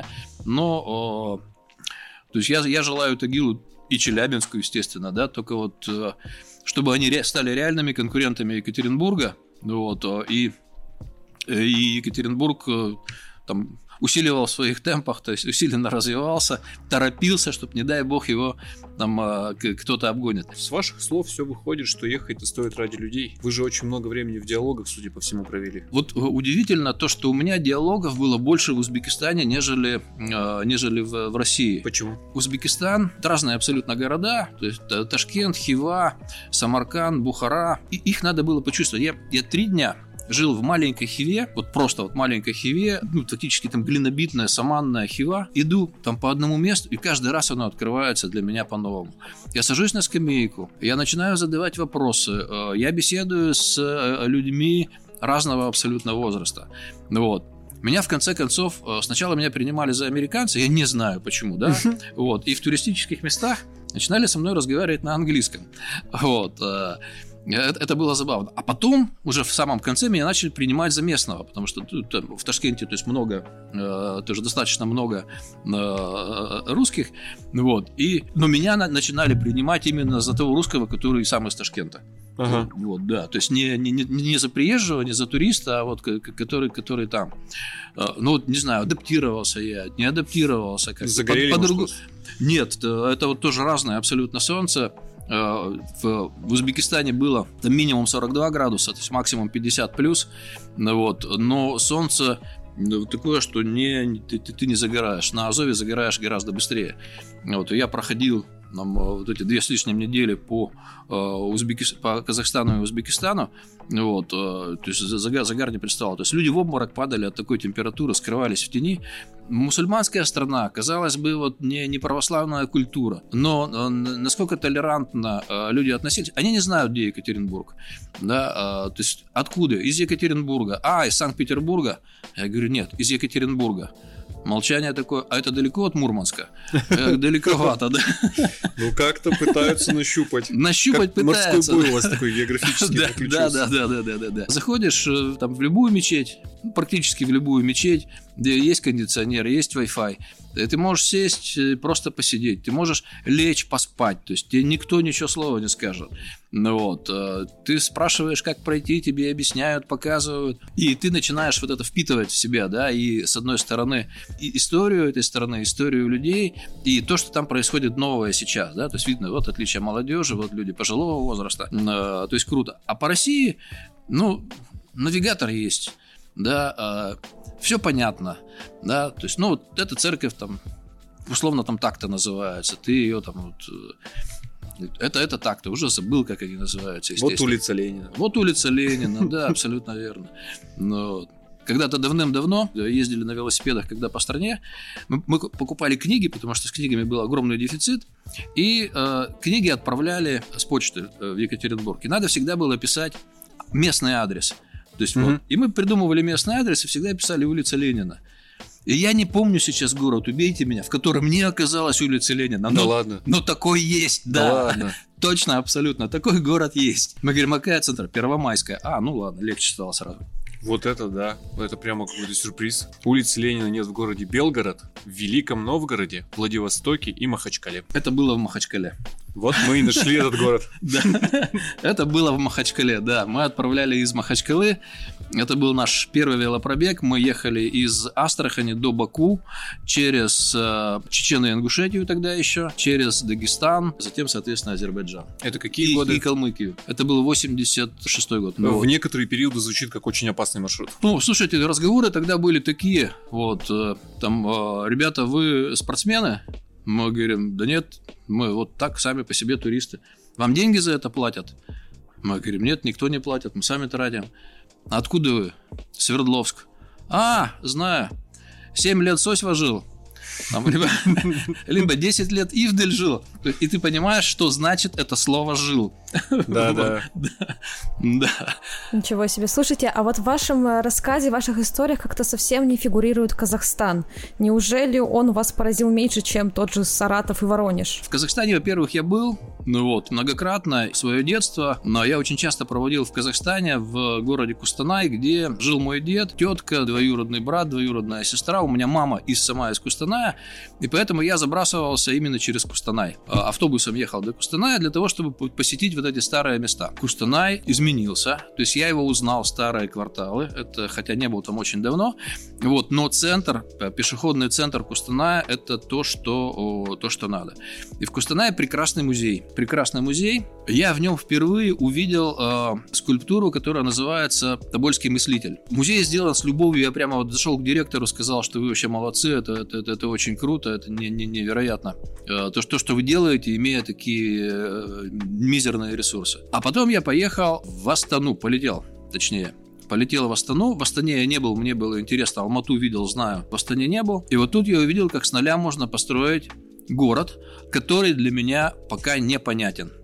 но э, то есть я, я желаю Тагилу и Челябинску, естественно, да, только вот э, чтобы они ре- стали реальными конкурентами Екатеринбурга, вот, и, и Екатеринбург э, там усиливал в своих темпах, то есть усиленно развивался, торопился, чтобы, не дай бог, его там кто-то обгонит. С ваших слов все выходит, что ехать-то стоит ради людей. Вы же очень много времени в диалогах, судя по всему, провели. Вот удивительно то, что у меня диалогов было больше в Узбекистане, нежели, нежели в, в России. Почему? Узбекистан – это разные абсолютно города, то есть Ташкент, Хива, Самарканд, Бухара. И их надо было почувствовать. Я, я три дня жил в маленькой Хиве, вот просто вот маленькой Хиве, ну, фактически там глинобитная, саманная Хива. Иду там по одному месту, и каждый раз оно открывается для меня по-новому. Я сажусь на скамейку, я начинаю задавать вопросы, я беседую с людьми разного абсолютно возраста. Вот. Меня, в конце концов, сначала меня принимали за американца, я не знаю почему, да, вот, и в туристических местах начинали со мной разговаривать на английском. Вот. Это было забавно. А потом, уже в самом конце, меня начали принимать за местного, потому что тут, в Ташкенте, то есть много, э, тоже достаточно много э, русских, вот, и, но меня на, начинали принимать именно за того русского, который сам из Ташкента. Ага. Вот, да, то есть не, не, не за приезжего, не за туриста, а вот который, который там. Ну, вот, не знаю, адаптировался я, не адаптировался. Как Загорели, по, по Нет, это вот тоже разное абсолютно солнце. В Узбекистане было там минимум сорок два градуса, то есть максимум пятьдесят плюс, вот, но солнце такое, что не, ты, ты не загораешь. На Азове загораешь гораздо быстрее. Вот, я проходил нам, вот эти две с лишним недели по, Узбекис... по Казахстану и Узбекистану, вот, то есть загар, загар не представлял. То есть люди в обморок падали от такой температуры, скрывались в тени. Мусульманская страна, казалось бы, вот не, не православная культура, но насколько толерантно люди относились, они не знают, где Екатеринбург, да, то есть откуда? Из Екатеринбурга, а, из Санкт-Петербурга? Я говорю, нет, из Екатеринбурга. Молчание такое, а это далеко от Мурманска? Далековато, да? Ну, как-то пытаются нащупать. Нащупать пытаются. Морской бой у вас такой географический приключился. Да, да, да, да, да. Заходишь там в любую мечеть, практически в любую мечеть, где есть кондиционер, есть Wi-Fi. Ты можешь сесть, просто посидеть. Ты можешь лечь, поспать. То есть тебе никто ничего слова не скажет. Ну, вот. Ты спрашиваешь, как пройти, тебе объясняют, показывают. И ты начинаешь вот это впитывать в себя, да, и с одной стороны и историю этой страны, историю людей, и то, что там происходит новое сейчас, да, то есть видно, вот отличие молодежи, вот люди пожилого возраста, то есть круто. А по России, ну, навигатор есть, да, все понятно, да, то есть, ну, вот эта церковь там, условно там так-то называется, ты ее там вот... Это, это так, ты уже забыл, как они называются. Вот улица Ленина. Вот улица Ленина, да, абсолютно верно. Но когда-то давным-давно ездили на велосипедах, когда по стране, мы, мы покупали книги, потому что с книгами был огромный дефицит, и э, книги отправляли с почты в Екатеринбург. И надо всегда было писать местный адрес. То есть, mm-hmm. вот, и мы придумывали местный адрес и всегда писали улица Ленина. И я не помню сейчас город, убейте меня, в котором не оказалась улица Ленина. Но, да ладно. Но такой есть, да. Да ладно. Точно, абсолютно. Такой город есть. Мы говорим, а какая центр? Первомайская. А, ну ладно, легче стало сразу. Вот это да, это прямо какой-то сюрприз. Улицы Ленина нет в городе Белгород, в Великом Новгороде, Владивостоке и Махачкале. Это было в Махачкале. Вот мы и нашли этот город. Да, это было в Махачкале, да. Мы отправляли из Махачкалы. Это был наш первый велопробег. Мы ехали из Астрахани до Баку, через э, Чечению и Ингушетию тогда еще, через Дагестан, затем, соответственно, Азербайджан. Это какие и, годы? И Калмыкию. Это был восемьдесят шестой год. В вот. Некоторые периоды звучит как очень опасный маршрут. Ну, слушайте, разговоры тогда были такие. Вот, э, там, э, ребята, вы спортсмены? Мы говорим, да нет, мы вот так сами по себе туристы. Вам деньги за это платят? Мы говорим, нет, никто не платит, мы сами тратим. Откуда вы? Свердловск. А, знаю. Семь лет Сосьва жил. Там, либо, либо десять лет Ивдель жил. И ты понимаешь, что значит это слово «жил». Да, да. Да. Ничего себе. Слушайте, а вот в вашем рассказе, в ваших историях как-то совсем не фигурирует Казахстан. Неужели он вас поразил меньше, чем тот же Саратов и Воронеж? В Казахстане, во-первых, я был, ну вот, многократно, свое детство, но я очень часто проводил в Казахстане, в городе Кустанай, где жил мой дед, тетка, двоюродный брат, двоюродная сестра. У меня мама из сама из Кустаная, и поэтому я забрасывался именно через Кустанай. Автобусом ехал до Кустаная для того, чтобы посетить вот эти старые места. Кустанай изменился, то есть я его узнал, старые кварталы, это, хотя не был там очень давно, вот, но центр, пешеходный центр Кустаная, это то, что, то, что надо. И в Кустанае прекрасный музей, прекрасный музей. Я в нем впервые увидел э, скульптуру, которая называется «Тобольский мыслитель». Музей сделан с любовью, я прямо вот зашел к директору, сказал, что вы вообще молодцы, это, это, это, это очень круто, это не, не, невероятно. Э, то, что, что вы делаете, имея такие э, мизерные ресурсы. А потом я поехал в Астану, полетел, точнее. Полетел в Астану. В Астане я не был, мне было интересно. Алмату видел, знаю. В Астане не был. И вот тут я увидел, как с нуля можно построить город, который для меня пока непонятен.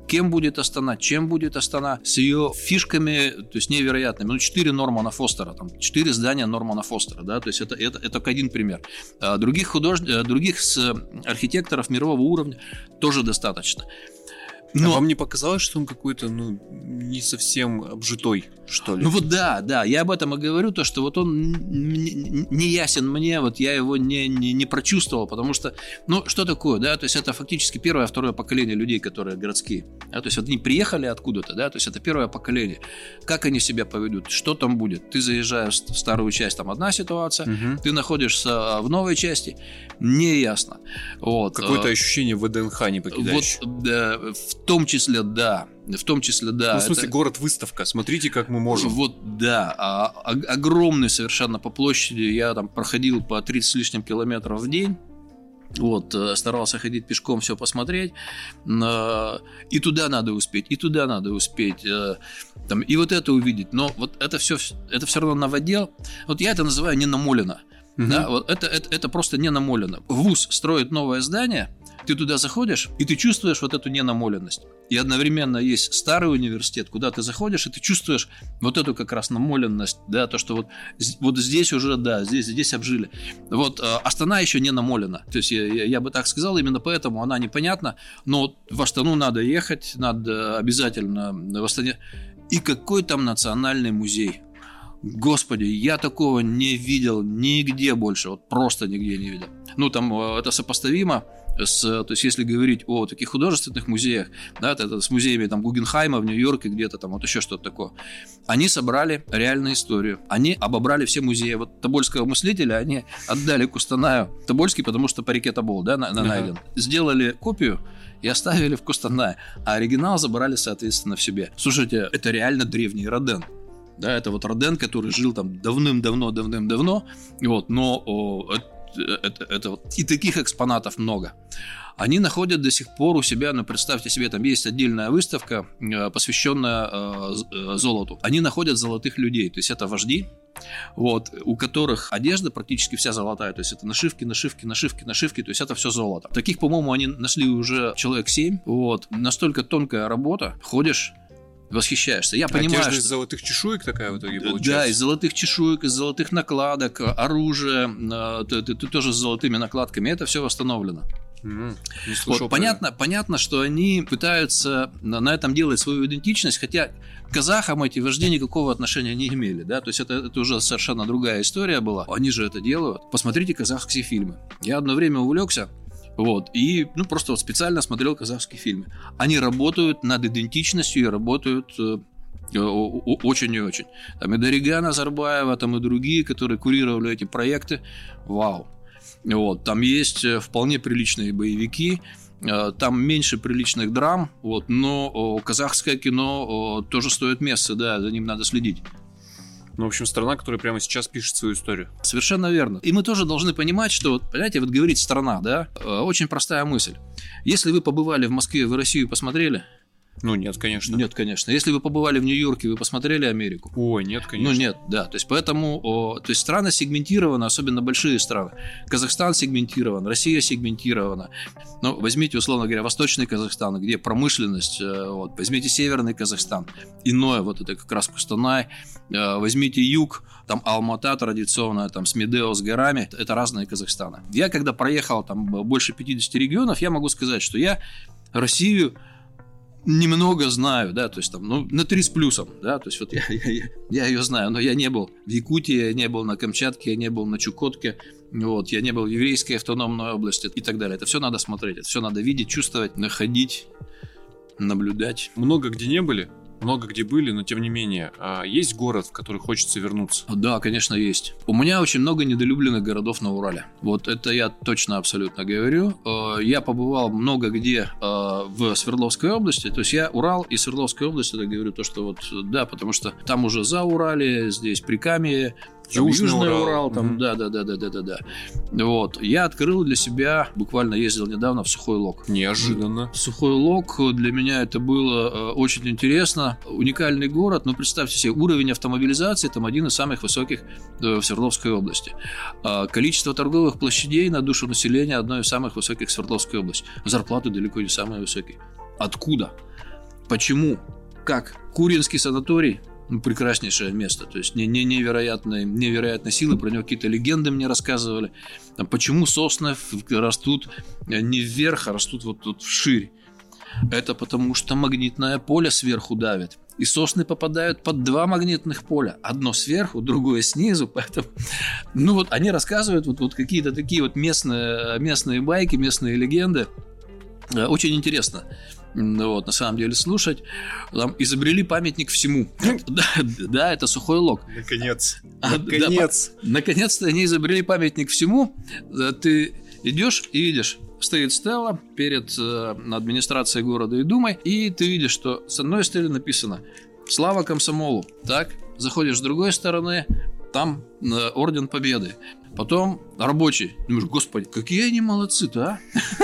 кем будет Астана, чем будет Астана, с ее фишками, то есть невероятными. Ну, четыре Нормана Фостера, там, четыре здания Нормана Фостера, да, то есть это, это, это только один пример. А других художников, других с архитекторов мирового уровня тоже достаточно. Но... А вам не показалось, что он какой-то, ну, не совсем обжитой, что ли? Ну вот да, да, я об этом и говорю, то, что вот он не ясен мне, вот я его не, не, не прочувствовал, потому что, ну, что такое, да, то есть это фактически первое, второе поколение людей, которые городские, да, то есть вот они приехали откуда-то, да, то есть это первое поколение, как они себя поведут, что там будет, ты заезжаешь в старую часть, там одна ситуация, угу. ты находишься в новой части, не ясно. Вот. Какое-то ощущение ВДНХ не покидающее. Вот, да, в том числе, да. В том числе, да. Ну, в смысле, это... город-выставка. Смотрите, как мы можем. Вот, да. А, а, огромный совершенно по площади. Я там проходил по тридцать с лишним километров в день. Вот, старался ходить пешком, все посмотреть. И туда надо успеть, и туда надо успеть. Там, и вот это увидеть. Но вот это все, это все равно новодел. Вот я это называю не намолено. Uh-huh. Да, вот это, это, это просто не намолено. ВУЗ строит новое здание, ты туда заходишь, и ты чувствуешь вот эту ненамоленность. И одновременно есть старый университет, куда ты заходишь, и ты чувствуешь вот эту как раз намоленность, да, то, что вот, вот здесь уже, да, здесь, здесь обжили. Вот Астана еще не намолена. То есть я, я, я бы так сказал, именно поэтому она непонятна, но в Астану надо ехать, надо обязательно в Астане. И какой там национальный музей? Господи, я такого не видел нигде больше, вот просто нигде не видел. Ну, там это сопоставимо с, то есть, если говорить о таких художественных музеях, да, это с музеями там Гугенхайма в Нью-Йорке, где-то там, вот еще что-то такое. Они собрали реальную историю, они обобрали все музеи. Вот Тобольского мыслителя они отдали Кустанаю. Тобольский, потому что по реке Тобол, да, на, на найден. Uh-huh. Сделали копию и оставили в Кустанае, а оригинал забрали, соответственно, в себе. Слушайте, это реально древний Роден. Да, это вот Роден, который жил там давным-давно, давным-давно, вот, но о, это, это, это вот, и таких экспонатов много. Они находят до сих пор у себя, ну, представьте себе, там есть отдельная выставка, посвященная э, золоту. Они находят золотых людей, то есть это вожди, вот, у которых одежда практически вся золотая, то есть это нашивки, нашивки, нашивки, нашивки, то есть это все золото. Таких, по-моему, они нашли уже человек семь, вот, настолько тонкая работа, ходишь, восхищаешься. Я понимаю, одежда что... из золотых чешуек такая в итоге получается? Да, из золотых чешуек, из золотых накладок, оружие, ты, ты, ты тоже с золотыми накладками, это все восстановлено. Mm, вот, понятно, понятно, что они пытаются на, на этом делать свою идентичность, хотя к казахам эти вожди никакого отношения не имели, да, то есть это, это уже совершенно другая история была. Они же это делают. Посмотрите казахские фильмы. Я одно время увлекся. Вот, и ну, просто вот специально смотрел казахские фильмы. Они работают над идентичностью и работают э, очень и очень. Там и Дарига Назарбаева, там и другие, которые курировали эти проекты. Вау. Вот, там есть вполне приличные боевики, э, там меньше приличных драм, вот, но э, казахское кино э, тоже стоит места, да, за ним надо следить. Ну, в общем, страна, которая прямо сейчас пишет свою историю. Совершенно верно. И мы тоже должны понимать, что, понимаете, вот говорить страна, да, очень простая мысль. Если вы побывали в Москве, вы Россию посмотрели? Ну, нет, конечно. Нет, конечно. Если вы побывали в Нью-Йорке, вы посмотрели Америку? Ой, нет, конечно. Ну, нет, да. То есть, поэтому, о, то есть, страны сегментированы, особенно большие страны. Казахстан сегментирован, Россия сегментирована. Ну, возьмите, условно говоря, Восточный Казахстан, где промышленность, вот, возьмите Северный Казахстан, иное, вот это как раз Кустанай, возьмите Юг, там Алмата традиционная, там с Медео, с горами, это разные Казахстаны. Я, когда проехал там больше пятьдесят регионов, я могу сказать, что я Россию немного знаю, да, то есть там, ну, на три с плюсом, да, то есть вот я, я, я, я ее знаю, но я не был в Якутии, я не был на Камчатке, я не был на Чукотке, вот, я не был в Еврейской автономной области и так далее. Это все надо смотреть, это все надо видеть, чувствовать, находить, наблюдать. Много где не были? Много где были, но тем не менее, есть город, в который хочется вернуться? Да, конечно, есть. У меня очень много недолюбленных городов на Урале. Вот это я точно абсолютно говорю. Я побывал много где в Свердловской области. То есть я Урал и Свердловская область, это говорю то, что вот, да, потому что там уже за Урале, здесь Прикамье, Южный, Южный Урал, Урал там, mm-hmm. да, да, да, да, да, да, да. Вот, я открыл для себя, буквально ездил недавно в Сухой Лог. Неожиданно. Сухой Лог, для меня это было очень интересно, уникальный город, но представьте себе, уровень автомобилизации там один из самых высоких в Свердловской области. Количество торговых площадей на душу населения одно из самых высоких в Свердловской области. Зарплаты далеко не самые высокие. Откуда? почему, как Куринский санаторий, ну, прекраснейшее место, то есть не, не, невероятной, невероятной силы, про него какие-то легенды мне рассказывали. А почему сосны растут не вверх, а растут вот тут вширь? Это потому, что магнитное поле сверху давит. И сосны попадают под два магнитных поля. Одно сверху, другое снизу. Поэтому, ну вот они рассказывают вот, вот какие-то такие вот местные, местные байки, местные легенды. Очень интересно. Вот, на самом деле слушать. Там изобрели памятник всему. Да, да, это Сухой Лог. Наконец. Наконец. Да, наконец-то они изобрели памятник всему. Ты идешь и видишь, стоит стела перед э, администрацией города и думой, и ты видишь, что с одной стороны написано «Слава комсомолу». Так, заходишь с другой стороны, там э, Орден Победы. Потом рабочий. Думаешь, господи, какие они молодцы-то,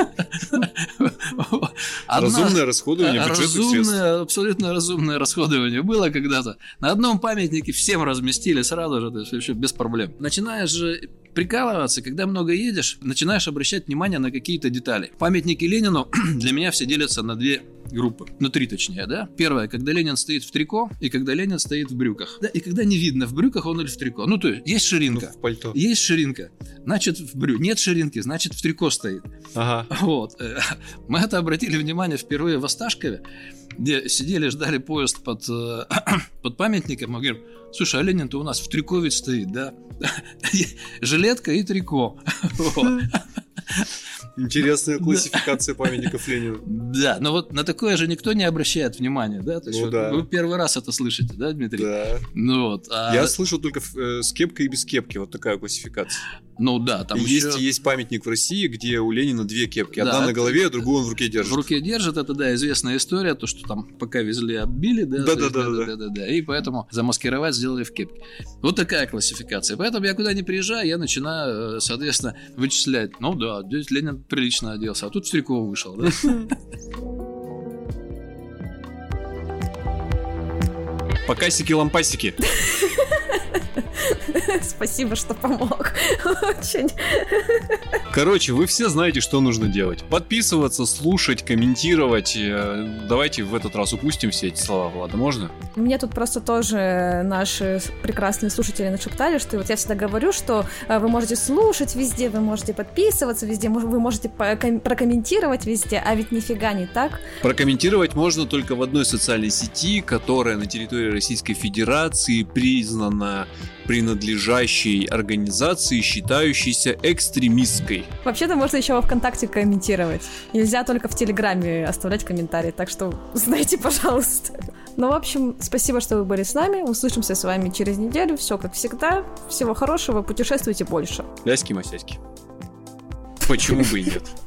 а? Разумное расходование бюджетных средств. Абсолютно разумное расходование было когда-то. На одном памятнике всем разместили сразу же, то есть вообще без проблем. Начинаешь же прикалываться, когда много едешь, начинаешь обращать внимание на какие-то детали. Памятники Ленину для меня все делятся на две группы. Ну, три точнее, да? Первое, когда Ленин стоит в трико, и когда Ленин стоит в брюках. Да, и когда не видно, в брюках он или в трико. Ну, то есть, есть ширинка. Ну, в пальто. Есть ширинка. Значит, в брю... Нет ширинки, значит, в трико стоит. Ага. Вот. Мы это обратили внимание впервые в Осташкове, где сидели, ждали поезд под, под памятником. Мы говорим, слушай, а Ленин-то у нас в трико ведь стоит, да? Жилетка и трико. Интересная классификация памятников Ленину. Да, но вот на такое же никто не обращает внимания, да? То есть ну, вот да. Вы первый раз это слышите, да, Дмитрий? Да. Ну, вот, а... Я слышал только э, с кепкой и без кепки, вот такая классификация. Ну да, там есть, еще... есть памятник в России, где у Ленина две кепки. Одна да, на голове, а другую он в руке держит. В руке держит, это, да, известная история, то, что там пока везли, оббили, да? Да-да-да. И поэтому замаскировать сделали в кепке. Вот такая классификация. Поэтому я куда ни приезжаю, я начинаю, соответственно, вычислять. Ну да, здесь Ленин прилично оделся, а тут в трико вышел, да? Покасики-лампасики. Спасибо, что помог. Очень. Короче, вы все знаете, что нужно делать. Подписываться, слушать, комментировать. Давайте в этот раз упустим все эти слова, Влада, можно? Мне тут просто тоже наши прекрасные слушатели нашептали, что вот я всегда говорю, что вы можете слушать везде, вы можете подписываться везде, вы можете прокомментировать везде, а ведь нифига не так. Прокомментировать можно только в одной социальной сети, которая на территории Российской Федерации признана принадлежащей организации, считающейся экстремистской. Вообще-то можно еще во ВКонтакте комментировать. Нельзя только в Телеграме оставлять комментарии, так что знайте, пожалуйста. Ну, в общем, спасибо, что вы были с нами. Услышимся с вами через неделю. Все как всегда. Всего хорошего, путешествуйте больше. Ляськи-масяськи. Почему бы и нет?